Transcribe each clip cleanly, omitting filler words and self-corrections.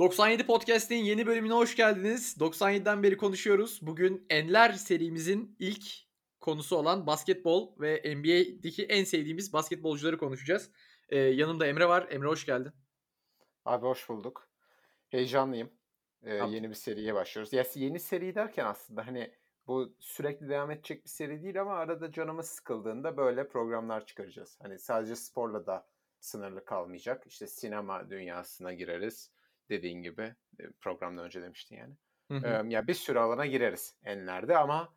97 Podcast'in yeni bölümüne hoş geldiniz. 97'den beri konuşuyoruz. Bugün Enler serimizin ilk konusu olan basketbol ve NBA'deki en sevdiğimiz basketbolcuları konuşacağız. Yanımda Emre var. Emre hoş geldin. Abi hoş bulduk. Heyecanlıyım. Abi, Yeni bir seriye başlıyoruz. Ya yeni seri derken aslında hani bu sürekli devam edecek bir seri değil ama arada canımız sıkıldığında böyle programlar çıkaracağız. Hani sadece sporla da sınırlı kalmayacak. İşte sinema dünyasına gireriz dediğin gibi. Programdan önce demiştin yani. hı hı. Ya bir sürü alana gireriz enlerde ama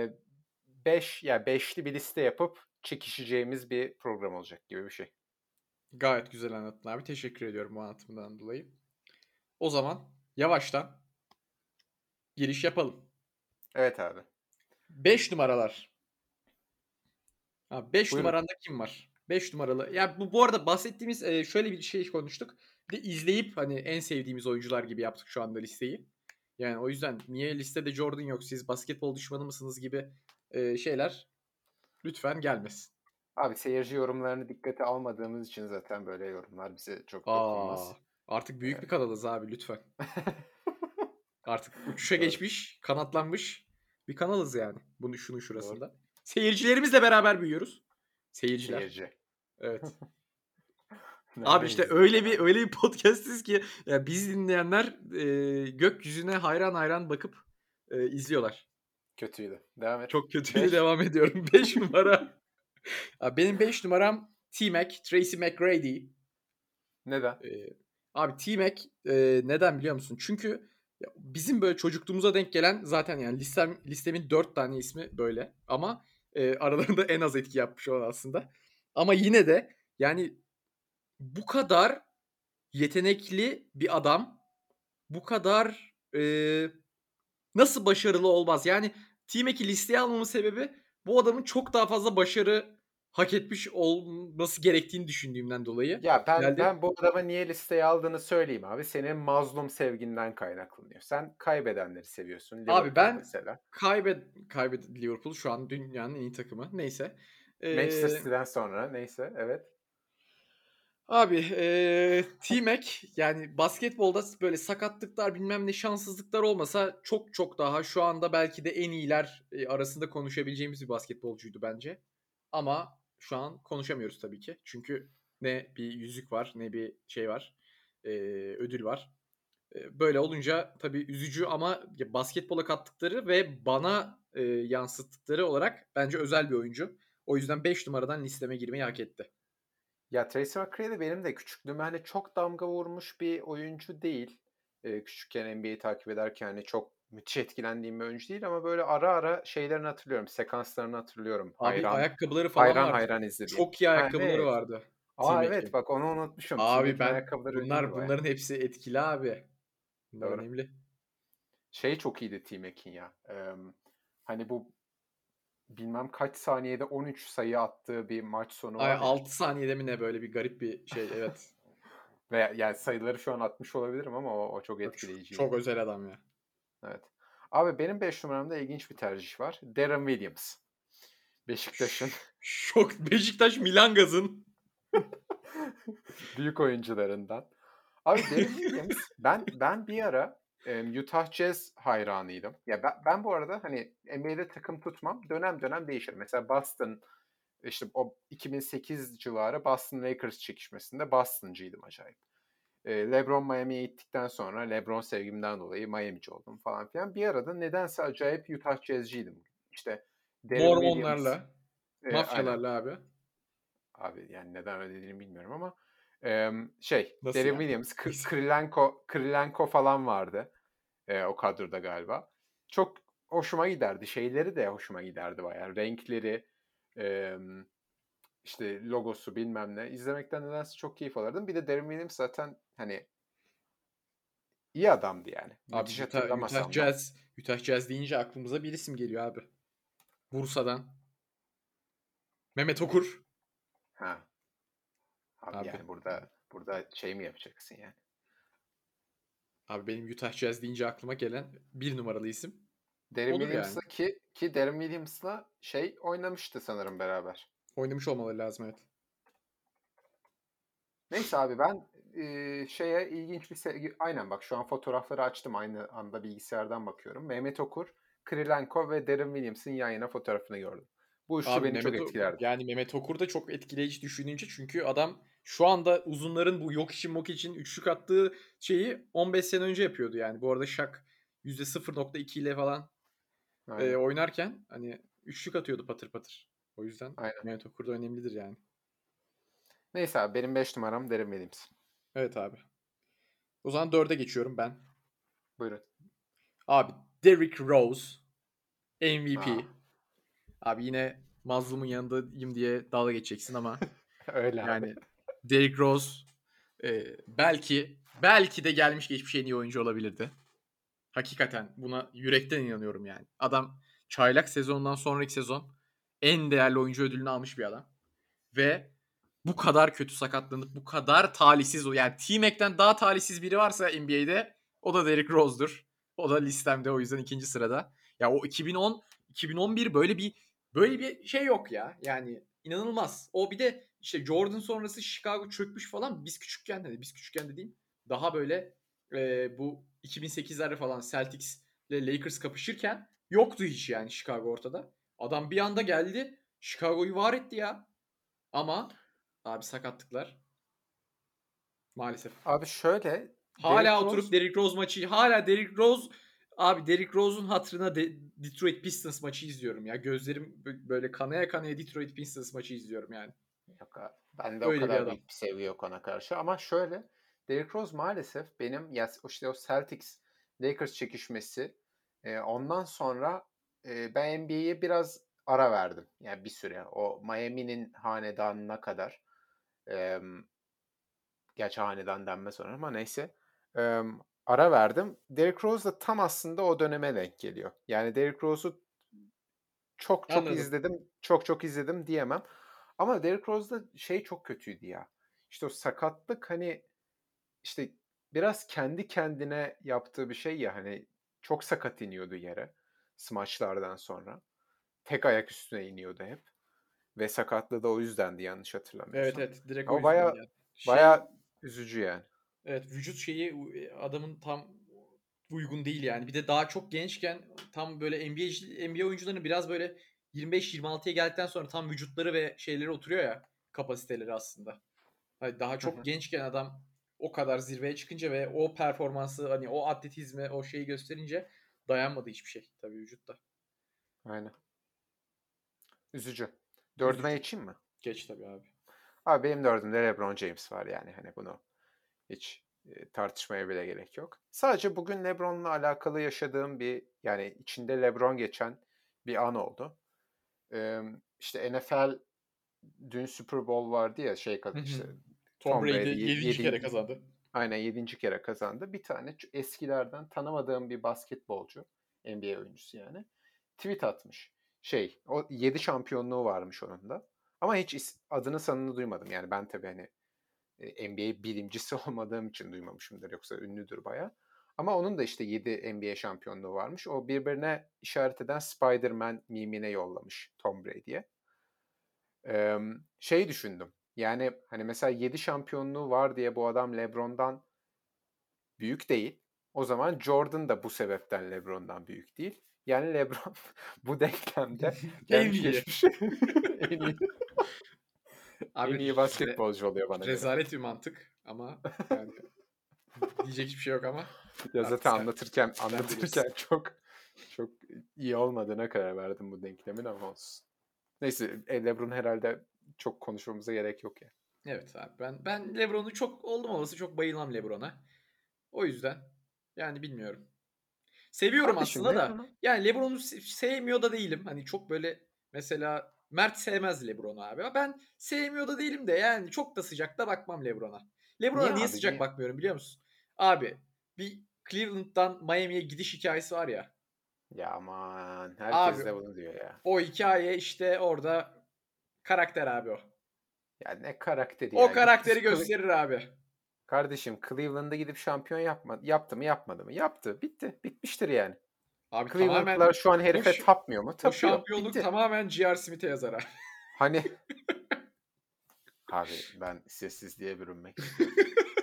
beşli bir liste yapıp çekişeceğimiz bir program olacak gibi bir şey. Gayet güzel anlattın abi. Teşekkür ediyorum bu anlatımından dolayı. O zaman yavaştan giriş yapalım. Evet abi. 5 numaralar. Abi 5 Buyurun. numaranda kim var? 5 numaralı. Ya bu arada bahsettiğimiz şöyle bir şey konuştuk. Bir de izleyip hani en sevdiğimiz oyuncular gibi yaptık şu anda listeyi. Yani o yüzden niye listede Jordan yok, siz basketbol düşmanı mısınız gibi şeyler lütfen gelmesin. Abi seyirci yorumlarını dikkate almadığımız için zaten böyle yorumlar bize çok Aa, dokunmaz. artık büyük bir Ee, kanalız abi lütfen. Artık uçuşa Doğru, geçmiş, kanatlanmış bir kanalız yani. Bunu şunun doğru. şurasında. Seyircilerimizle beraber büyüyoruz. Seyirciler. Seyirci. Evet. Abi Nereden işte izliyorlar abi? öyle bir podcastiz ki ya biz dinleyenler gökyüzüne hayran hayran bakıp izliyorlar. Kötüydü. Devam et. Çok kötüydü, 5. devam ediyorum. 5 numara. Abi benim 5 numaram T-Mac, Tracy McGrady. Neden? Eee, abi T-Mac neden biliyor musun? Çünkü ya bizim böyle çocukluğumuza denk gelen zaten yani listemin 4 tane ismi böyle ama aralarında en az etki yapmış olan aslında. Ama yine de yani bu kadar yetenekli bir adam bu kadar, nasıl başarılı olmaz? Yani T-Mac'i listeye almamın sebebi bu adamın çok daha fazla başarı hak etmiş olması gerektiğini düşündüğümden dolayı Ya ben geldi. ben bu adamı niye listeye aldığını söyleyeyim abi. Senin mazlum sevginden kaynaklanıyor. Sen kaybedenleri seviyorsun. Abi Liverpool ben mesela. Liverpool şu an dünyanın en iyi takımı. Neyse. Manchester Eee, City'den sonra neyse evet. abi, T-Mac yani basketbolda böyle sakatlıklar bilmem ne şanssızlıklar olmasa çok çok daha şu anda belki de en iyiler, arasında konuşabileceğimiz bir basketbolcuydu bence. Ama şu an konuşamıyoruz tabii ki. Çünkü ne bir yüzük var ne bir şey var, ödül var. Böyle olunca tabii üzücü ama ya basketbola kattıkları ve bana, yansıttıkları olarak bence özel bir oyuncu. O yüzden 5 numaradan listeme girmeyi hak etti. Ya Tracy McGrady benim de küçüklüğüme hani çok damga vurmuş bir oyuncu değil. Küçükken NBA'yi takip ederken hani çok müthiş etkilendiğim bir oyuncu değil ama böyle ara ara şeylerini hatırlıyorum, sekanslarını hatırlıyorum. Abi Hayran, ayakkabıları falan hayran vardı. hayran izlediğim. Çok iyi Ha ayakkabıları evet. vardı Aa evet T-Mac'in. bak onu unutmuşum. Abi T-Mac'in ben ayakkabıları ünlüydü baya. bunların hepsi etkili abi. Bunlar Doğru. önemli. Şey çok iyiydi T-Mac'in ya. Hani bu bilmem kaç saniyede 13 sayı attığı bir maç sonu Ay var ya. 6 saniyede mi ne böyle bir garip bir şey, evet. Veya yani sayıları şu an atmış olabilirim ama o çok etkileyiciydi. Çok özel adam ya. Evet. Abi benim 5 numaramda ilginç bir tercih var. Deron Williams. Beşiktaş'ın Şok Beşiktaş Milangaz'ın. büyük oyuncularından. Abi Deron Williams ben bir ara Utah Jazz hayranıydım. Ya ben bu arada hani NBA'de takım tutmam. Dönem dönem değişir. Mesela Boston işte o 2008 civarı Boston Lakers çekişmesinde Boston'cıydım acayip. LeBron Miami'ye gittikten sonra LeBron sevgimden dolayı Miami'ci oldum falan filan. Bir arada nedense acayip Utah Jazz'ciydim. İşte Deron Williams, Mormonlarla, aynen. mafyalarla abi. Abi yani neden öyle dediğini bilmiyorum ama Nasıl Deron yani? Williams, Neyse. Kirilenko falan vardı o kadroda galiba. Çok hoşuma giderdi. Şeyleri de hoşuma giderdi bayağı. Renkleri, em, işte logosu bilmem ne. İzlemekten nedense çok keyif alırdım. Bir de Deron Williams zaten hani iyi adamdı yani. Abi Müthiş hatırlamasam da. Utah Jazz deyince aklımıza bir isim geliyor abi. Bursa'dan. Mehmet Okur. Ha, abi Abi. yani burada şey mi yapacaksın yani? Abi benim Utah Jazz deyince aklıma gelen bir numaralı isim. Deron Odur yani. Williams'la ki Deron Williams'la şey oynamıştı sanırım beraber. Oynamış olmaları lazım, evet. Neyse abi ben şeye ilginç bir aynen bak şu an fotoğrafları açtım aynı anda bilgisayardan bakıyorum. Mehmet Okur, Kirilenko ve Deron Williams'ın yan yana fotoğrafını gördüm. Bu üçlü Abi beni çok etkilerdi. Mehmet Okur da çok etkileyici düşününce çünkü adam şu anda uzunların bu yok için mok için üçlük attığı şeyi 15 sene önce yapıyordu yani. Bu arada Shaq %0.2 ile falan Aynen. oynarken hani üçlük atıyordu patır patır. O yüzden Aynen. Mehmet Okur da önemlidir yani. Neyse abi benim 5 numaram Deron Williams. Evet abi. O zaman 4'e geçiyorum ben. Buyurun. Abi Derrick Rose Aa, MVP. Abi yine mazlumun yanındayım diye dalga geçeceksin ama öyle abi. yani Derrick Rose belki de gelmiş geçmiş en iyi oyuncu olabilirdi. Hakikaten buna yürekten inanıyorum yani. Adam çaylak sezondan sonraki sezon en değerli oyuncu ödülünü almış bir adam. Ve bu kadar kötü sakatlanıp bu kadar talihsiz yani T-Mac'ten daha talihsiz biri varsa NBA'de o da Derrick Rose'dur. O da listemde o yüzden ikinci sırada. Ya o 2010 2011 böyle bir şey yok ya. Yani inanılmaz. O bir de işte Jordan sonrası Chicago çökmüş falan. Biz küçükken dediğim daha böyle bu 2008'lerde falan Celtics ile Lakers kapışırken yoktu hiç yani Chicago ortada. Adam bir anda geldi. Chicago'yu var etti ya. Ama abi sakatlıklar maalesef. Abi şöyle Hala Derrick oturup Rose Derrick Rose'un hatırına Detroit Pistons maçı izliyorum ya. Gözlerim böyle kanaya kanaya Detroit Pistons maçı izliyorum yani. yok abi. Bende o Öyle bir kadar adam. büyük bir sevgi yok ona karşı ama şöyle Derrick Rose maalesef benim ya işte o Celtics Lakers çekişmesi ondan sonra ben NBA'ye biraz ara verdim. Yani bir süre o Miami'nin hanedanına kadar e, gerçi hanedan denmez ona ama neyse e, ara verdim. Derrick Rose da tam aslında o döneme denk geliyor. Yani Derrick Rose'u çok çok Anladım. izledim, çok çok izledim diyemem. Ama Derrick Rose'da şey çok kötüydü ya. İşte o sakatlık hani işte biraz kendi kendine yaptığı bir şey ya hani çok sakat iniyordu yere smaçlardan sonra. Tek ayak üstüne iniyordu hep. Ve sakatlığı da o yüzdendi yanlış Evet hatırlamıyorsam. evet direkt o O yüzden baya yani. Şey baya üzücü yani. evet vücut şeyi adamın tam uygun değil yani. Bir de daha çok gençken tam böyle NBA oyuncularının biraz böyle 25-26'ya geldikten sonra tam vücutları ve şeyleri oturuyor ya kapasiteleri aslında. Hani daha Hı çok hı. gençken adam o kadar zirveye çıkınca ve o performansı hani o atletizme o şeyi gösterince dayanmadı hiçbir şey tabii vücutta. Aynen. Üzücü. Dördüme Üzücü. geçeyim mi? Geç tabii abi. Abi benim dördümde LeBron James var yani hani bunu hiç tartışmaya bile gerek yok. Sadece bugün LeBron'la alakalı yaşadığım bir yani içinde LeBron geçen bir an oldu. İşte NFL dün Super Bowl vardı ya şey Hı hı. işte Tom Tom Brady Brady 7. kere kazandı. aynen 7. kere kazandı. Bir tane eskilerden tanımadığım bir basketbolcu, NBA oyuncusu yani tweet atmış. Şey, o 7 şampiyonluğu varmış onun da. Ama hiç adını sanını duymadım. Yani ben tabii hani NBA bilimcisi olmadığım için duymamışımdır. Yoksa ünlüdür baya. Ama onun da işte 7 NBA şampiyonluğu varmış. O birbirine işaret eden Spider-Man mimine yollamış Tom Brady'ye. Şey düşündüm. Yani hani mesela 7 şampiyonluğu var diye bu adam LeBron'dan büyük değil. O zaman Jordan da bu sebepten LeBron'dan büyük değil. Yani LeBron bu denklemde En gelmiş iyi. geçmiş en iyi en Abi iyi basketbolcu oluyor bana göre. rezalet bir mantık ama yani diyecek hiçbir şey yok ama Ya artık zaten anlatırken sen bilirsin. anlatırken çok iyi olmadığına karar verdim bu denklemin ama olsun. Neyse LeBron herhalde çok konuşmamıza gerek yok ya. Evet abi ben LeBron'u çok oldum olası çok bayılmam LeBron'a. O yüzden yani bilmiyorum. Seviyorum Kardeşim aslında da. LeBron'u Yani LeBron'u sevmiyor da değilim. Hani çok böyle mesela Mert sevmez LeBron'u abi. Ben sevmiyor da değilim de yani çok da sıcak da bakmam LeBron'a. LeBron'a niye niye abi sıcak niye? bakmıyorum biliyor musun? Abi bir Cleveland'dan Miami'ye gidiş hikayesi var ya. Ya aman Abi herkes de bunu diyor ya. o hikaye işte orada karakter abi o. Ya ne karakteri O ya. Gitti karakteri gösterir abi. kardeşim Cleveland'a gidip şampiyon yaptı mı yapmadı mı? Yaptı. Bitti. Bitmiştir yani. Abi tamamen Cleveland'lılar şu an o, herife tapmıyor mu? o Tapıyor. şampiyonluk Bitti. tamamen J.R. Smith'e yazar abi. Hani Abi ben sessizliğe bürünmek istiyorum.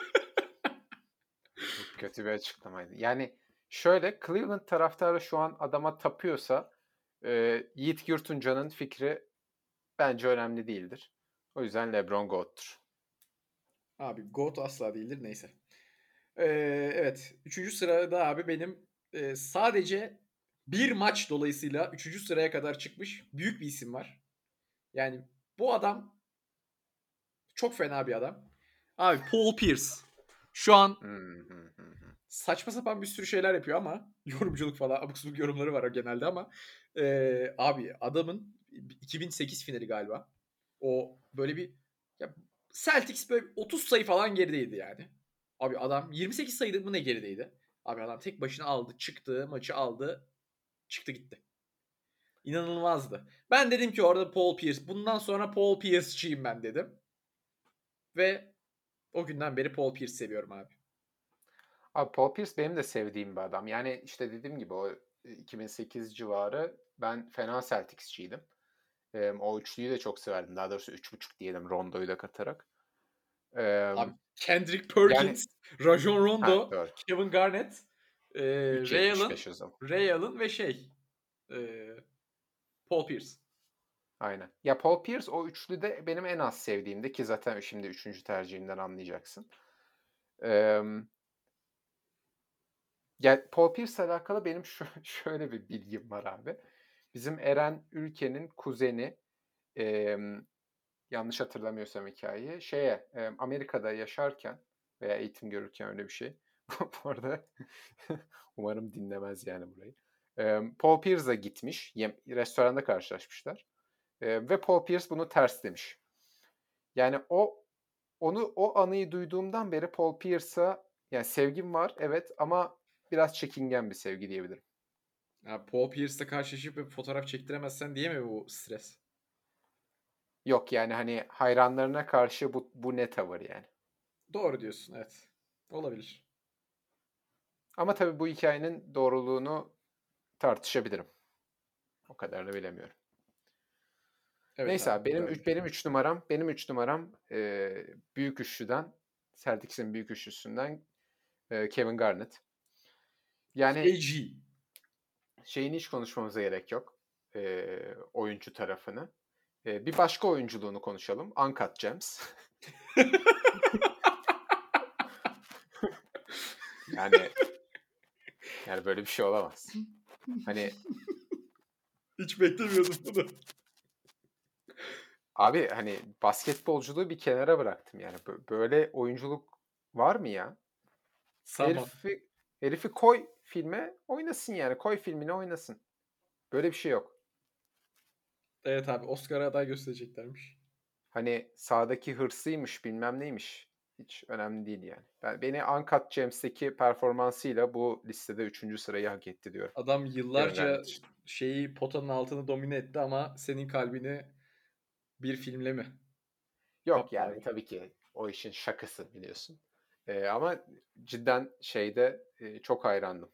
Çok kötü bir açıklamaydı. Yani şöyle, Cleveland taraftarı şu an adama tapıyorsa, Yiğit Yurtunca'nın fikri bence önemli değildir. O yüzden LeBron GOAT'tur. Abi GOAT asla değildir, neyse. Evet. Üçüncü sırada abi benim sadece bir maç dolayısıyla üçüncü sıraya kadar çıkmış büyük bir isim var. Yani bu adam çok fena bir adam. Abi Paul Pierce. Şu an Hı hı, hı hı. saçma sapan bir sürü şeyler yapıyor ama yorumculuk falan abuk subuk yorumları var genelde ama abi adamın 2008 finali galiba. O böyle bir ya Celtics böyle 30 sayı falan gerideydi yani. Abi adam 28 sayıda mı ne gerideydi? Abi adam tek başına aldı, çıktı, maçı aldı, çıktı gitti. İnanılmazdı. Ben dedim ki orada Paul Pierce. Bundan sonra Paul Pierce'çiyim ben dedim. Ve o günden beri Paul Pierce seviyorum abi. Abi Paul Pierce benim de sevdiğim bir adam. Yani işte dediğim gibi o 2008 civarı ben fena Celtics'çiydim. O üçlüyü de çok severdim. Daha doğrusu 3,5 diyelim Rondo'yu da katarak. Abi Emm, Kendrick yani Perkins, Rajon ha Rondo, doğru. Kevin Garnett, Ray Allen, 3,75 o zaman. Ray Allen ve Paul Pierce. Aynen. Ya Paul Pierce o üçlüde benim en az sevdiğimdi ki zaten şimdi üçüncü tercihimden anlayacaksın. Emm, ya Paul Pierce'le alakalı benim şöyle bir bilgim var abi. Bizim Eren Ülke'nin kuzeni, emm, yanlış hatırlamıyorsam hikâyeyi, Amerika'da yaşarken veya eğitim görürken öyle bir şey. Bu arada umarım dinlemez yani burayı. Paul Pierce'a gitmiş. Restoranda karşılaşmışlar. Ve Paul Pierce bunu terslemiş. Yani o anıyı duyduğumdan beri Paul Pierce'a yani sevgim var evet ama biraz çekingen bir sevgi diyebilirim. Ya Paul Pierce'la karşılaşıp bir fotoğraf çektiremezsen diye mi bu stres? Yok yani hani hayranlarına karşı bu ne tavır yani. Doğru diyorsun, evet. Olabilir. Ama tabii bu hikayenin doğruluğunu tartışabilirim. O kadarını bilemiyorum. Evet Neyse abi, abi bu da öyle. benim 3 numaram büyük üçlüden Celtics'in büyük üçlüsünden Kevin Garnett. Yani KG. şeyini hiç konuşmamıza gerek yok. Oyuncu tarafını. Bir başka oyunculuğunu konuşalım. Uncut Gems. Yani yani böyle bir şey olamaz. Hani Hiç beklemiyordum bunu. abi hani basketbolculuğu bir kenara bıraktım yani. Böyle oyunculuk var mı ya? Tamam. Herifi herifi koy filme oynasın yani. Koy filmine oynasın. Böyle bir şey yok. Evet abi, Oscar'a aday göstereceklermiş. Hani sahadaki hırsıymış, bilmem neymiş. Hiç önemli değil yani. Beni Uncut Gems'teki performansıyla bu listede üçüncü sırayı hak etti diyorum. Adam Kevin yıllarca Garnett için. şeyi potanın altını domine etti ama senin kalbini bir filmle mi Yok kaptı yani abi? tabii ki o işin şakası biliyorsun. Ama cidden çok hayrandım.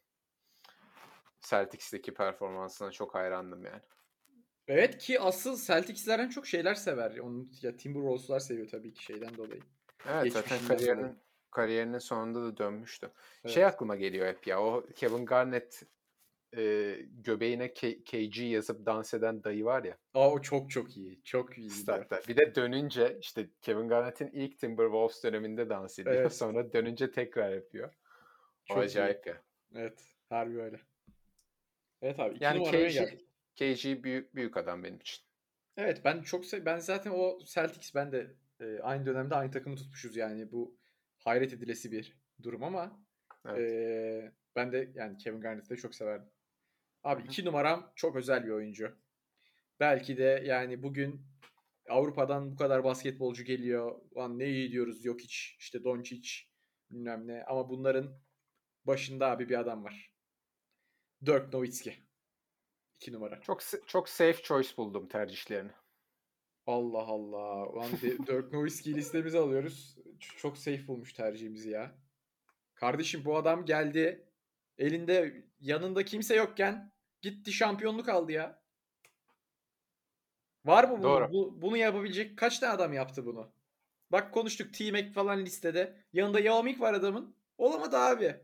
Celtics'teki performansına çok hayrandım yani. Evet ki asıl Celtics'lerden çok şeyler sever. Onun ya Timberwolves'lar seviyor tabii ki şeyden dolayı. Evet zaten Geçmişinden dolayı. kariyerinin sonunda da dönmüştü. Şey Evet. aklıma geliyor hep ya o Kevin Garnett göbeğine KG yazıp dans eden dayı var ya Aa, o çok çok iyi. Çok iyi gidiyor. statta. Bir de dönünce işte Kevin Garnett'in ilk Timberwolves döneminde dans ediyor. Evet. Sonra dönünce tekrar yapıyor. O Çok iyi. acayip ya. Evet. Harbi öyle. Evet abi, 2 Yani numaramaya geldik. KG büyük büyük adam benim için. Evet, ben ben zaten o Celtics, ben de aynı dönemde aynı takımı tutmuşuz yani, bu hayret edilesi bir durum ama Evet. ben de yani Kevin Garnett'i de çok severdim. Hı Abi hı. 2 numaram çok özel bir oyuncu. Belki de yani bugün Avrupa'dan bu kadar basketbolcu geliyor. Lan ne iyi diyoruz, yok hiç işte Doncic bilmem ne, ama bunların başında abi bir adam var. Dirk Nowitzki 2 numara. Çok safe choice buldum tercihlerini. Allah Allah. Ulan Dirk Nowitzki listemize alıyoruz. Çok safe bulmuş tercihimizi ya. Kardeşim, bu adam geldi. Elinde yanında kimse yokken gitti şampiyonluk aldı ya. Var mı bunu? Doğru. Bunu yapabilecek kaç tane adam yaptı bunu? Bak konuştuk T-Mac falan listede. Yanında Yao Ming var adamın. Olamadı abi.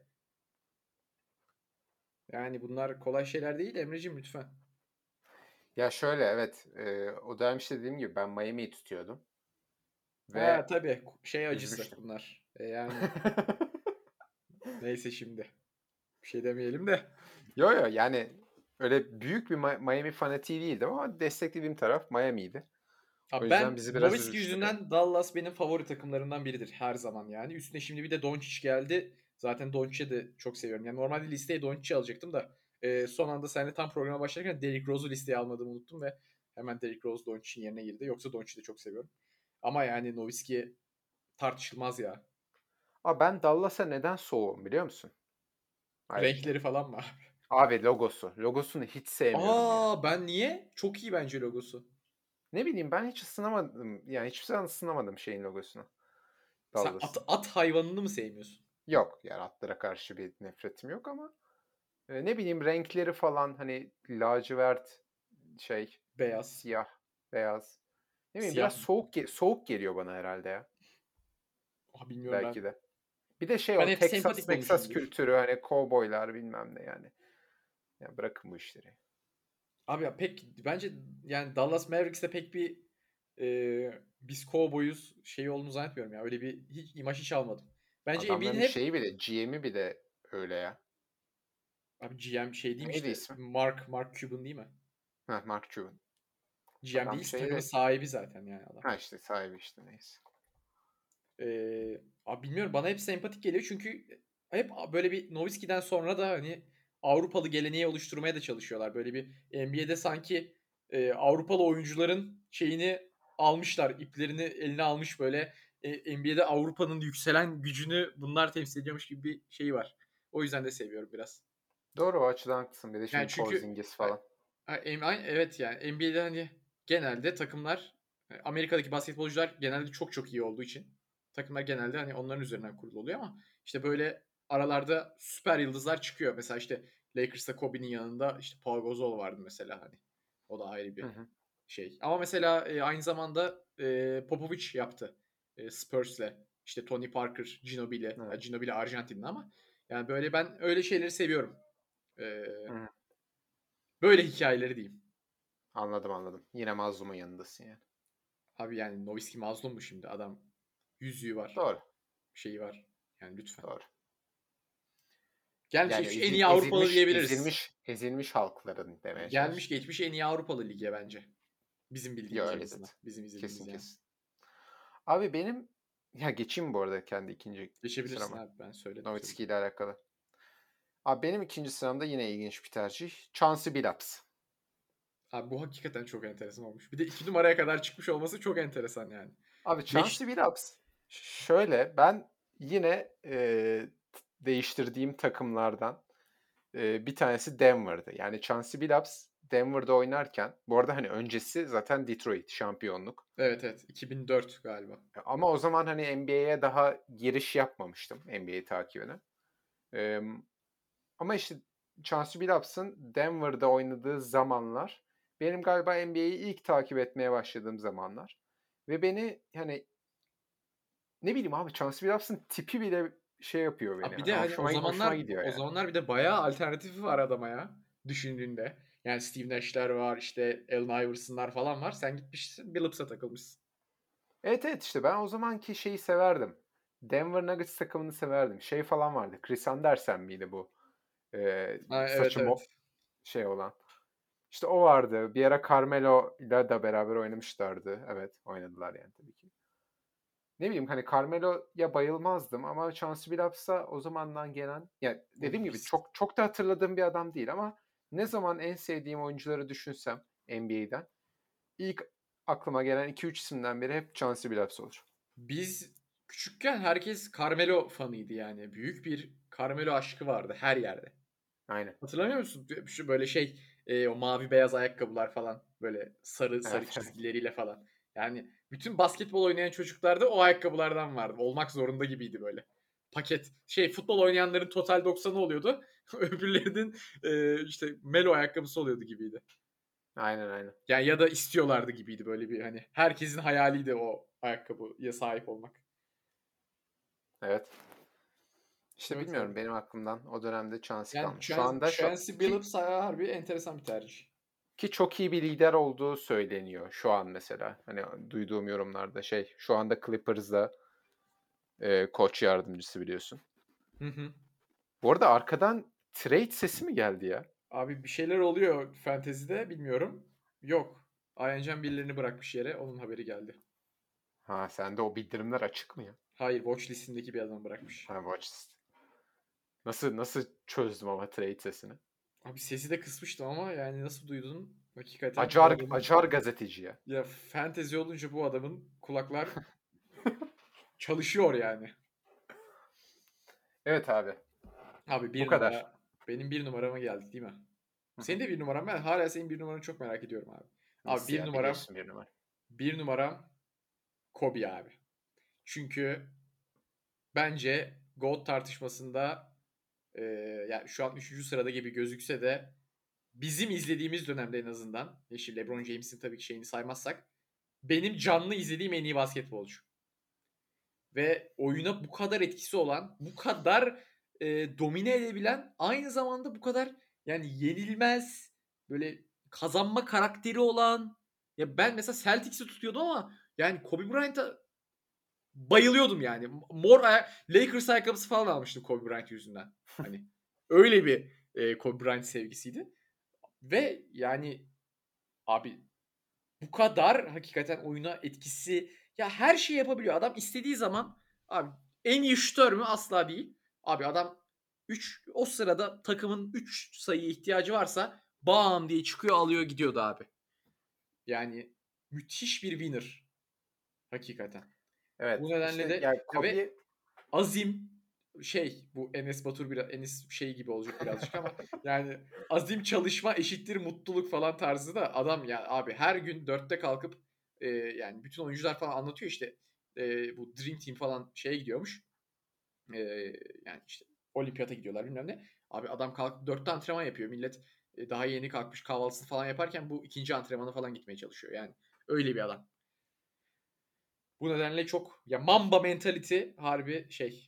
Yani bunlar kolay şeyler değil Emreciğim lütfen. Ya şöyle evet, o dönem işte dediğim gibi ben Miami'yi tutuyordum Ha ve tabii şey acısı üzmüştüm. bunlar. Yani neyse şimdi. Bir şey demeyelim de. Yo yo yani öyle büyük bir Miami fanatiği değildim ama desteklediğim taraf Miami'ydi. O Abi yüzden ben bizi biraz Nowitzki üzmüştü tabii. yüzünden Dallas benim favori takımlarımdan biridir her zaman yani. Üstüne şimdi bir de Doncic geldi. Zaten Doncic'i de çok seviyorum. Yani normalde listeye Doncic'i alacaktım da son anda seninle tam programa başlarken Derrick Rose'u listeye almadığımı unuttum ve hemen Derrick Rose Doncic'in yerine girdi. Yoksa Doncic'i de çok seviyorum. Ama yani Nowitzki tartışılmaz ya. Ama ben Dallas'a neden soğuğum biliyor musun? Ayrıca. Renkleri falan mı? Abi logosu. Logosunu hiç sevmiyorum ya. Ben niye? Çok iyi bence logosu. Ne bileyim ben hiç ısınamadım. Yani hiçbir zaman ısınamadım şeyin logosunu. Sen at, Dallas'ın. at hayvanını mı sevmiyorsun? Yok yani atlara karşı bir nefretim yok ama ne bileyim renkleri falan hani lacivert şey Beyaz. siyah beyaz. Ne bileyim biraz Siyah. soğuk geliyor bana herhalde ya. Bilmiyorum Belki ben. de. Bir de şey Ben o hep sempatik Texas bulmuşumdur. kültürü hani kovboylar bilmem ne yani. Ya bırakın bu işleri. Abi ya pek bence yani Dallas Mavericks'te pek bir biz kovboyuz şeyi olduğunu zannetmiyorum ya. Öyle bir hiç imaj hiç almadım. Bence Embiid'in Adamların hep şeyi bile GM'i bile öyle ya. abi GM şey değil mi Neydi işte ismi? Mark Cuban değil mi? Heh, Mark Cuban. GM Adam değil takımın şeyi sahibi zaten yani adam. ha işte sahibi işte neyse. Abi bilmiyorum bana hep sempatik geliyor çünkü hep böyle bir Nowitzki'den sonra da hani Avrupalı geleneği oluşturmaya da çalışıyorlar. Böyle bir NBA'de sanki Avrupalı oyuncuların şeyini almışlar, iplerini eline almış böyle NBA'de Avrupa'nın yükselen gücünü bunlar temsil ediyormuş gibi bir şey var. O yüzden de seviyorum biraz. Doğru o açıdan haklısın. Bir de Yani şimdi çünkü Porzingis falan. evet yani NBA'de hani genelde takımlar Amerika'daki basketbolcular genelde çok çok iyi olduğu için takımlar genelde hani onların üzerinden kurulu oluyor ama işte böyle aralarda süper yıldızlar çıkıyor. Mesela işte Lakers'ta Kobe'nin yanında işte Paul Gasol vardı mesela hani. O da ayrı Hı bir hı. şey. Ama mesela aynı zamanda Popovich yaptı Spurs'le. İşte Tony Parker, Ginobili. Evet. Ginobili Arjantinli ama yani böyle ben öyle şeyleri seviyorum. E, Hı hı. Böyle hikayeleri diyeyim. Anladım anladım. Yine mazlumun yanındasın yani. Abi yani Nowitzki mazlum mu şimdi? Adam yüzüğü var. Doğru. Şeyi var. Yani lütfen. Doğru. Gelmiş Yani geçmiş en iyi Avrupalı diyebiliriz. ezilmiş halkların demeye Gelmiş çalıştım. geçmiş en iyi Avrupalı lige bence. Bizim Ya bildiğimiz en öyle dedi. azından. Bizim izlediğimiz Kesin yani. kesin. Abi benim ya geçeyim bu arada kendi ikinci Geçebilirsin sırama. abi ben söyledim tabii. Nowitzki ile alakalı. Abi benim ikinci sıramda yine ilginç bir tercih. Chauncey Billups. Abi bu hakikaten çok enteresan olmuş. Bir de 2 numaraya kadar çıkmış olması çok enteresan yani. Abi Beş Chauncey Billups şöyle ben yine değiştirdiğim takımlardan bir tanesi Denver'dı. Yani Chauncey Billups Denver'da oynarken bu arada hani öncesi zaten Detroit şampiyonluk. Evet evet 2004 galiba. Ama o zaman hani NBA'ye daha giriş yapmamıştım NBA takibine. Eee, ama işte Chauncey Billups'ın Denver'da oynadığı zamanlar benim galiba NBA'yi ilk takip etmeye başladığım zamanlar. Ve beni hani ne bileyim abi Chauncey Billups'ın tipi bile şey yapıyor beni. Abi bir Hani de hani hoşuma gidiyor o yani. zamanlar bir de bayağı alternatifi var adama ya düşündüğünde. Yani Steve Nash'ler var, işte Allen Iverson'lar falan var. Sen gitmişsin Billups'a takılmışsın. Evet evet işte ben o zamanki şeyi severdim. Denver Nuggets takımını severdim. Şey falan vardı. Chris Andersen miydi bu? Ha, evet Saçı evet. şey olan. İşte o vardı. Bir ara Carmelo ile de beraber oynamışlardı. Evet oynadılar yani tabii ki. Ne bileyim hani Carmelo'ya bayılmazdım ama Chauncey Billups'a o zamandan gelen ya dediğim Abi gibi biz çok da hatırladığım bir adam değil ama ne zaman en sevdiğim oyuncuları düşünsem NBA'den ilk aklıma gelen 2-3 isimden biri hep Chauncey Billups olur. biz küçükken herkes Carmelo fanıydı yani. Büyük bir Carmelo aşkı vardı her yerde. Aynen. Hatırlamıyor musun? Şu böyle şey o mavi beyaz ayakkabılar falan böyle sarı sarı Evet evet. çizgileriyle falan. Yani bütün basketbol oynayan çocuklarda o ayakkabılardan vardı. Olmak zorunda gibiydi böyle. Paket. Şey futbol oynayanların total 90'ı oluyordu. Öbürlerinin işte Melo ayakkabısı oluyordu gibiydi. Aynen, aynen. Yani ya da istiyorlardı gibiydi böyle bir hani herkesin hayaliydi o ayakkabıya sahip olmak. Evet. İşte Evet bilmiyorum, abi. benim aklımdan o dönemde Chauncey Yani kalmış. Şu anda Chauncey ki Billups harbi enteresan bir tercih. çok iyi bir lider olduğu söyleniyor şu an mesela. Hani duyduğum yorumlarda şu anda Clippers'da koç yardımcısı biliyorsun. Hı hı. Bu arada arkadan trade sesi mi geldi ya? Abi bir şeyler oluyor fantezide bilmiyorum. Yok. Ayancan birilerini bırakmış yere. Onun haberi geldi. Ha, sende o bildirimler açık mı ya? Hayır, watch listindeki bir adam bırakmış. Ha, watch. Nasıl çözdüm ama trade sesini? Abi sesi de kısmıştım ama yani nasıl duydun? Hakikaten bu Acar adamın acar gazeteci ya. ya fantezi olunca bu adamın kulaklar çalışıyor yani. Evet abi. Abi Bu bir kadar. numara benim bir numarama geldi değil mi? Hı Senin hı. de bir numaran, ben hala senin bir numaranı çok merak ediyorum abi. Abi Nasıl bir ya? numaram Biliyorsun bir numara. bir numaram Kobe abi. Çünkü bence GOAT tartışmasında yani şu an üçüncü sırada gibi gözükse de bizim izlediğimiz dönemde en azından işte LeBron James'in tabii ki şeyini saymazsak benim canlı izlediğim en iyi basketbolcu. Ve oyuna bu kadar etkisi olan, bu kadar domine edebilen, aynı zamanda bu kadar yani yenilmez, böyle kazanma karakteri olan. Ya ben mesela Celtics'i tutuyordum ama yani Kobe Bryant'a bayılıyordum yani. Lakers ayakkabısı falan almıştım Kobe Bryant yüzünden. Hani öyle bir Kobe Bryant sevgisiydi. Ve yani abi bu kadar hakikaten oyuna etkisi, ya her şeyi yapabiliyor. Adam istediği zaman abi en iyi şutör mü? Asla değil. Abi adam 3 o sırada takımın 3 sayı ihtiyacı varsa bam diye çıkıyor alıyor gidiyordu abi. Yani müthiş bir winner hakikaten. Bu Evet. nedenle İşte de yani ya ve Kobe azim şey bu Enes Batur biraz Enes şey gibi olacak birazcık ama yani azim çalışma eşittir mutluluk falan tarzı da adam ya abi her gün dörtte kalkıp yani bütün oyuncular falan anlatıyor işte bu Dream Team falan şeye gidiyormuş. E, yani işte olimpiyata gidiyorlar bilmem ne. Abi adam kalkıp dörtte antrenman yapıyor. Millet daha yeni kalkmış kahvaltısını falan yaparken bu ikinci antrenmana falan gitmeye çalışıyor. Yani öyle bir adam. Bu nedenle çok ya Mamba mentality harbi şey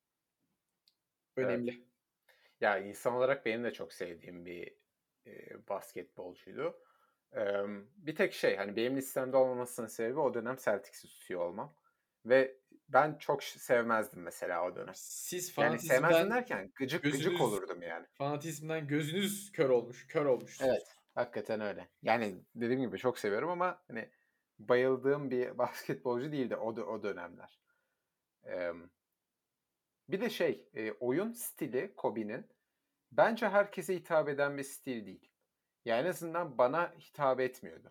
evet. önemli. Ya insan olarak benim de çok sevdiğim bir basketbolcuydu. Bir tek hani benim listemde olmamasının sebebi o dönem Celtics'i tutuyor olmam. Ve ben çok sevmezdim mesela o dönem. Siz Yani sevmezdim fanatizmden derken gıcık gıcık gözünüz olurdum yani. fanatizmden gözünüz kör olmuş. Kör olmuşsunuz. Evet, hakikaten öyle. Yani dediğim gibi çok seviyorum ama hani bayıldığım bir basketbolcu değildi o dönemler. Em, Bir de oyun stili Kobe'nin bence herkese hitap eden bir stil değil. Yani en azından bana hitap etmiyordu.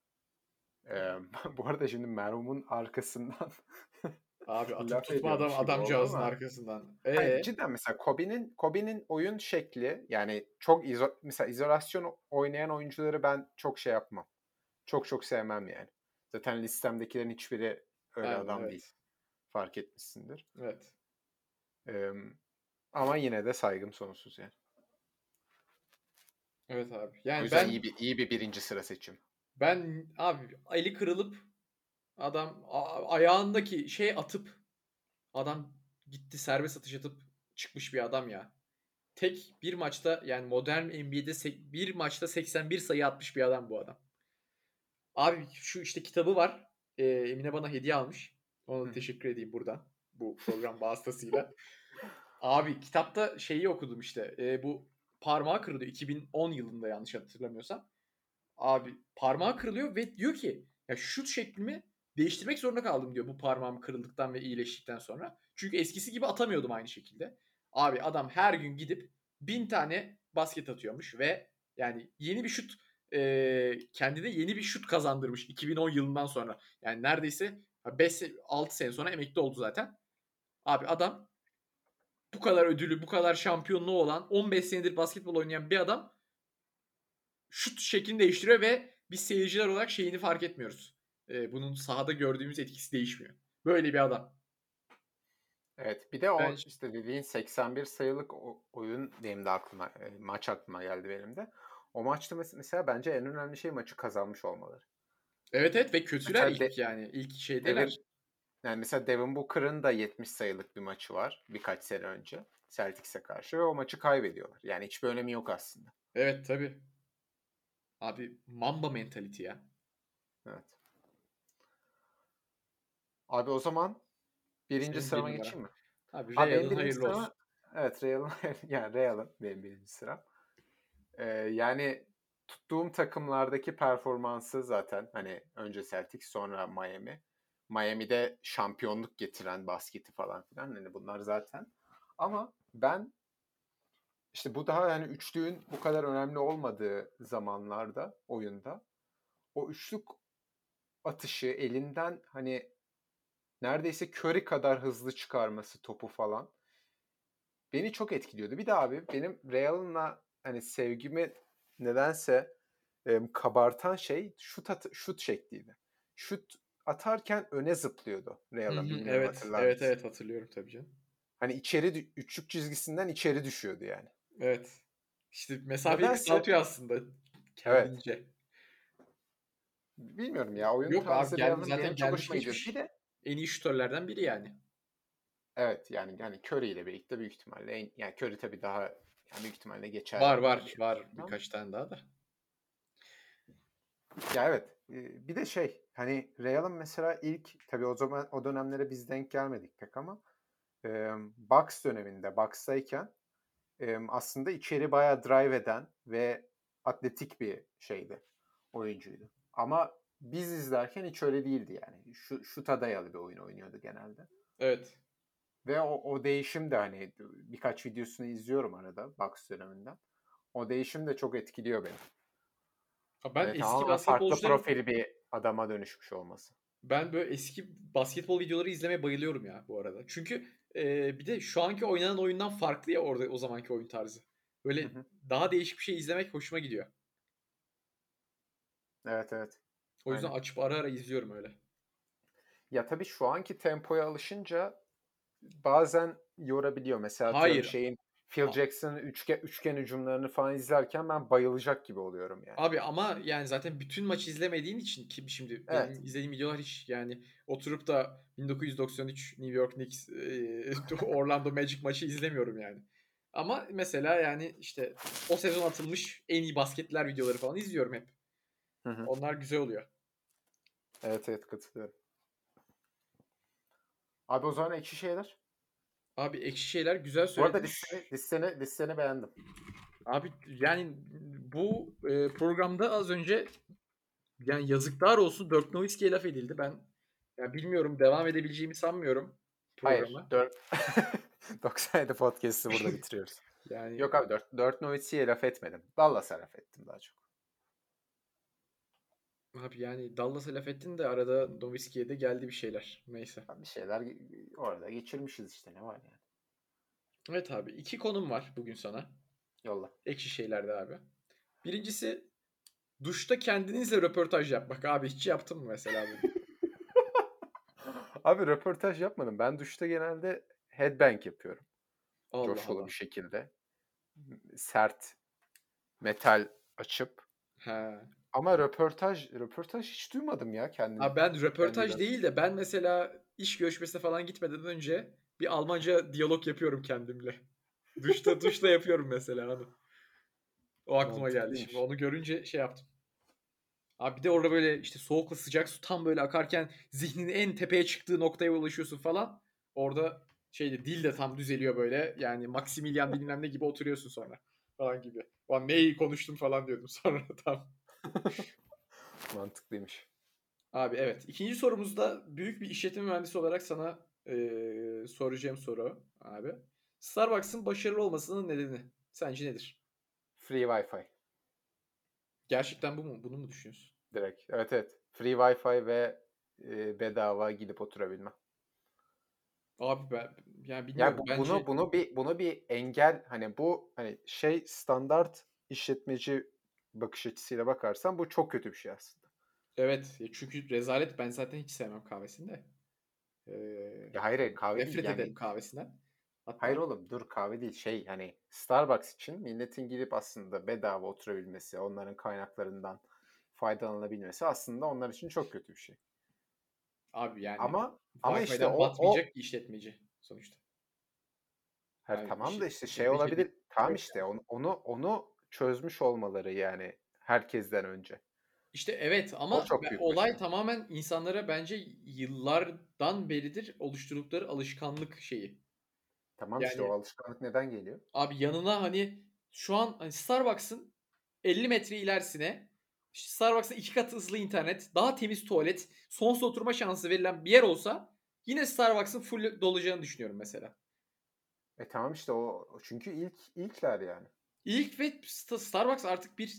Bu arada şimdi merhumun arkasından Abi atıp laf tutma ediyormuş gibi oldu adamcağızın ama arkasından. hayır, cidden mesela Kobe'nin oyun şekli, yani çok mesela izolasyon oynayan oyuncuları ben çok yapmam. Çok çok sevmem yani. Zaten listemdekilerin hiçbiri öyle Aynen adam değil. evet. Fark etmişsindir. Evet. Ee, Ama yine de saygım sonsuz yani. Evet abi. O Yani yüzden iyi bir birinci sıra seçim. ben abi eli kırılıp adam ayağındaki şey atıp adam gitti serbest atış atıp çıkmış bir adam ya. Tek bir maçta yani modern NBA'de bir maçta 81 sayı atmış bir adam bu adam. Abi şu işte kitabı var. Emine bana hediye almış. Ona Hı da hı. teşekkür edeyim buradan. Bu program vasıtasıyla. Abi kitapta şeyi okudum işte. Bu parmağı kırılıyor. 2010 yılında yanlış hatırlamıyorsam. Abi parmağı kırılıyor ve diyor ki ya şut şeklimi değiştirmek zorunda kaldım diyor bu parmağım kırıldıktan ve iyileştikten sonra. Çünkü eskisi gibi atamıyordum aynı şekilde. Abi adam her gün gidip 1000 tane basket atıyormuş ve yani yeni bir şut kendine yeni bir şut kazandırmış 2010 yılından sonra. Yani neredeyse 5-6 sene sonra emekli oldu zaten. Abi adam bu kadar ödülü, bu kadar şampiyonluğu olan 15 senedir basketbol oynayan bir adam şut şeklini değiştiriyor ve biz seyirciler olarak şeyini fark etmiyoruz. Bunun sahada gördüğümüz etkisi değişmiyor. Böyle bir adam. Evet, bir de Ben o işte dediğin 81 sayılık oyun benim de maç aklıma geldi benim de. O maçta mesela bence en önemli şey maçı kazanmış olmaları. Evet, evet ve kötüler Mesela ilk yani. İlk Devin şeydeler. yani mesela Devin Booker'ın da 70 sayılık bir maçı var birkaç sene önce Celtics'e karşı ve o maçı kaybediyorlar. Yani hiçbir önemi yok aslında. Evet tabii. Abi Mamba mentality ya. Evet. Abi o zaman birinci Senin bir sırama numara. geçeyim mi? Abi Abi benim Real'ın birinci hayırlı olsun. sırama evet Real'ın yani Real'ın benim birinci sıram. Yani tuttuğum takımlardaki performansı zaten hani önce Celtics sonra Miami. Miami'de şampiyonluk getiren basketi falan filan hani bunlar zaten. Ama ben işte bu daha yani üçlüğün bu kadar önemli olmadığı zamanlarda oyunda o üçlük atışı elinden hani neredeyse Curry kadar hızlı çıkarması topu falan beni çok etkiliyordu. Bir de abi benim Real'ınla hani sevgimi nedense kabartan şey şut şekliydi. Şut atarken öne zıplıyordu Hı Real'ın. hı, Bilmiyorum evet. hatırlar Evet mısın? evet hatırlıyorum tabii canım. Hani üçlük çizgisinden içeri düşüyordu yani. Evet. İşte mesafeyi Nedense kısaltıyor aslında evet. kendince. Bilmiyorum ya oyun Yok abi tarzı geldi Real'ın zaten benim çok gelmiş hoşuma gidiyordu. Bir geçmiş. de En iyi şutörlerden biri yani. evet yani Curry ile birlikte büyük ihtimalle yani Curry tabii daha yani büyük ihtimalle geçer Var var diye var düşünüyorum. birkaç tane daha da. Ya evet. Bir de şey hani Real'ın mesela ilk tabii o zaman o dönemlere biz denk gelmedik pek ama Bucks döneminde Bucks'tayken aslında içeri bayağı drive eden ve atletik bir şeydi. Oyuncuydu. Ama biz izlerken hiç öyle değildi yani. Şuta dayalı bir oyun oynuyordu genelde. Evet. Ve o değişim de hani birkaç videosunu izliyorum arada Bucks döneminden. O değişim de çok etkiliyor beni. Ben Ve eski tamamen farklı basketbolcuların profil bir adama dönüşmüş olması. ben böyle eski basketbol videoları izlemeye bayılıyorum ya bu arada. Çünkü bir de şu anki oynanan oyundan farklı ya orada o zamanki oyun tarzı. Hı Böyle hı. daha değişik bir şey izlemek hoşuma gidiyor. Evet evet. O yüzden Aynen. açıp ara ara izliyorum öyle. Ya tabii şu anki tempoya alışınca bazen yorabiliyor. Mesela atıyorum Hayır. şeyin Phil A- Jackson'ın üçgen hücumlarını falan izlerken ben bayılacak gibi oluyorum yani. Abi ama yani zaten bütün maç izlemediğin için ki şimdi benim Evet. izlediğim videolar hiç yani oturup da 1993 New York Knicks Orlando Magic maçı izlemiyorum yani. Ama mesela yani işte o sezon atılmış en iyi basketler videoları falan izliyorum hep. Hı hı. Onlar güzel oluyor. Evet evet katılıyorum. Abi o zaman ekşi şeyler. Abi ekşi şeyler güzel Bu arada söyledin. listeni beğendim. Abi yani bu programda az önce yani yazıklar olsun Dirk Nowitzki'ye laf edildi. Ben ya bilmiyorum devam edebileceğimi sanmıyorum Hayır. programa. 97 podcast'ı burada bitiriyoruz. Yani Yok abi Dirk Nowitzki'ye laf etmedim. Dallas'a laf ettim daha çok. abi yani Dallas'a laf ettin de arada Nowitzki'ye de geldi bir şeyler. Neyse. Bir şeyler orada geçirmişiz işte ne var yani. Evet abi 2 konum var bugün sana. Yolla. Ekşi şeylerde abi. Birincisi duşta kendinizle röportaj yapmak. Abi hiç yaptın mı mesela bunu? Abi röportaj yapmadım. Ben duşta genelde headbang yapıyorum. Allah Coşkulu bir Allah. şekilde. Sert metal açıp. He. Ama röportaj hiç duymadım ya Abi ben röportaj kendimden. değil de ben mesela iş görüşmesine falan gitmeden önce bir Almanca diyalog yapıyorum kendimle. Duşta yapıyorum mesela hani. O aklıma geldi şimdi. Mantıklıymış. Onu görünce şey yaptım. Abi bir de orada böyle işte soğukla sıcak su tam böyle akarken zihninin en tepeye çıktığı noktaya ulaşıyorsun falan. Orada şeyde dil de tam düzeliyor böyle. Yani Maximilian bilmem ne gibi oturuyorsun sonra falan gibi. Ulan ne iyi konuştum falan diyordum sonra tam. Mantıklıymış. Abi evet. İkinci sorumuzda büyük bir işletme mühendisi olarak sana soracağım soru abi. Starbucks'ın başarılı olmasının nedeni sence nedir? Free Wi-Fi Gerçekten bu mu? Bunu mu düşünüyorsun? direkt. Evet evet. Free Wi-Fi ve bedava gidip oturabilme. Abi ben yani Ya bilmiyorum. Bence bunu bir engel hani bu hani şey standart işletmeci bakış açısıyla bakarsan bu çok kötü bir şey aslında. evet. Çünkü rezalet ben zaten hiç sevmem kahvesini de. Eee, Ya hayır kahve değil nefret ederim yani kahvesinden. Hayır hatta. oğlum dur kahve değil şey hani Starbucks için milletin gidip aslında bedava oturabilmesi, onların kaynaklarından faydalanabilmesi aslında onlar için çok kötü bir şey. Abi yani Ama işte Wi-Fi'den batmayacak ki işletmeci sonuçta. hayır Yani tamam da işte şey işletmeciye bir olabilir. Tamam yok işte yani. onu çözmüş olmaları yani herkesten önce. İşte evet O ama çok büyük olay başarı. tamamen insanlara bence yıllardan beridir oluşturdukları alışkanlık şeyi. Tamam işte o Yani alışkanlık neden geliyor? abi yanına hani şu an hani Starbucks'ın 50 metre ilerisine işte Starbucks'ın 2 katı hızlı internet, daha temiz tuvalet, sonsuz oturma şansı verilen bir yer olsa yine Starbucks'ın full dolacağını düşünüyorum mesela. Tamam işte o çünkü ilkler yani. İlk ve Starbucks artık bir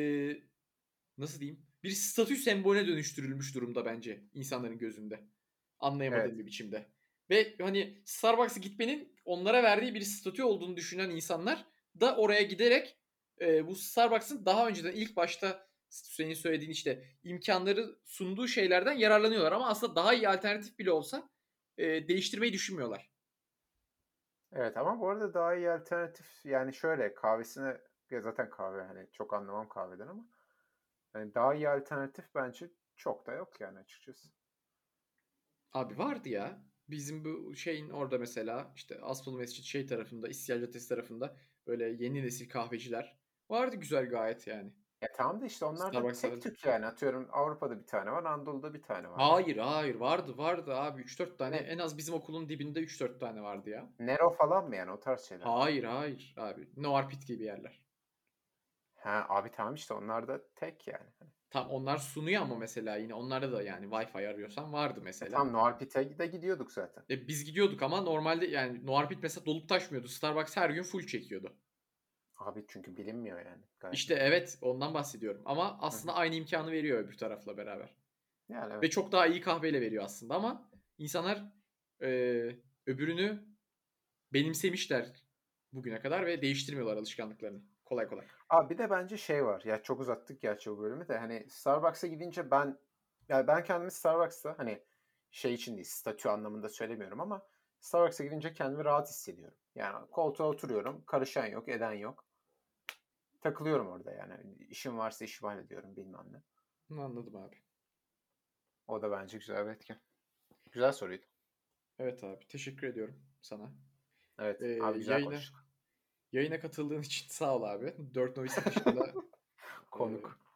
nasıl diyeyim? Bir statü sembolüne dönüştürülmüş durumda bence insanların gözünde. Anlayamadığım Evet. bir biçimde. Ve hani Starbucks'a gitmenin onlara verdiği bir statü olduğunu düşünen insanlar da oraya giderek bu Starbucks'ın daha önceden ilk başta senin söylediğin işte imkanları sunduğu şeylerden yararlanıyorlar. Ama aslında daha iyi alternatif bile olsa değiştirmeyi düşünmüyorlar. Evet ama bu arada daha iyi alternatif yani şöyle kahvesine ya zaten kahve hani çok anlamam kahveden ama hani daha iyi alternatif bence çok da yok yani açıkçası. Abi vardı ya. Bizim bu şeyin orada mesela işte Aspavlı Mescid şey tarafında, İstiklal Caddesi tarafında böyle yeni nesil kahveciler vardı güzel gayet yani. Tamam da işte onlar da Starbucks'a tek alacak. tük yani atıyorum Avrupa'da bir tane var, Anadolu'da bir tane var yani. Hayır, hayır. Vardı abi. Üç dört tane. Ne? En az bizim okulun dibinde üç dört tane vardı ya. Nero falan mı yani o tarz şeyler mi? Hayır abi. Noir gibi yerler. Ha abi tamam işte onlar da tek yani. Tam onlar sunuyor ama mesela yine onlarda da yani Wi-Fi arıyorsan vardı mesela. Tam Noir Pit'e de gidiyorduk zaten. Biz gidiyorduk ama normalde yani Noir mesela dolup taşmıyordu. Starbucks her gün full çekiyordu. Abi çünkü bilinmiyor yani gayet İşte net. evet ondan bahsediyorum. Ama Hı aslında hı. aynı imkanı veriyor öbür tarafla beraber. Yani Ve evet. çok daha iyi kahveyle veriyor aslında ama insanlar öbürünü benimsemişler bugüne kadar ve değiştirmiyorlar alışkanlıklarını kolay kolay. Abi bir de bence şey var. Ya çok uzattık gerçi bu bölümü de. Hani Starbucks'a gidince ben kendimi Starbucks'ta hani şey için değil, statü anlamında söylemiyorum ama Starbucks'a gidince kendimi rahat hissediyorum. Yani koltuğa oturuyorum, karışan yok, eden yok. Takılıyorum orada yani. İşim varsa işimi hallediyorum bilmem ne. Anladım abi. O da bence güzel bir etken. Güzel soruydu. Evet abi teşekkür ediyorum sana. Evet. Abi güzel Yayına konuştuk. yayına katıldığın için sağ ol abi. Dört Noviski dışında e, Konuk.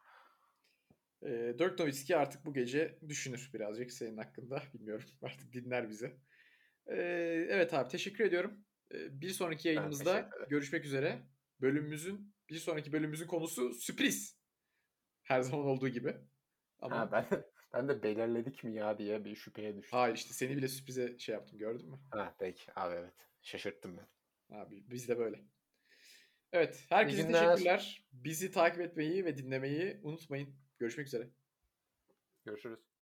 Dirk Nowitzki artık bu gece düşünür birazcık senin hakkında. Bilmiyorum. Artık dinler bizi. Evet abi teşekkür ediyorum. Bir sonraki Ben teşekkür yayınımızda ederim. görüşmek üzere. Bir sonraki bölümümüzün konusu sürpriz. Her zaman olduğu gibi. Ha Ama ben de belirledik mi ya diye bir şüpheye düştüm. hayır işte seni bile sürprize şey yaptım gördün mü? Ha peki abi evet. Şaşırttım ben. Abi biz de böyle. Evet İyi herkese günler. teşekkürler. Bizi takip etmeyi ve dinlemeyi unutmayın. Görüşmek üzere. Görüşürüz.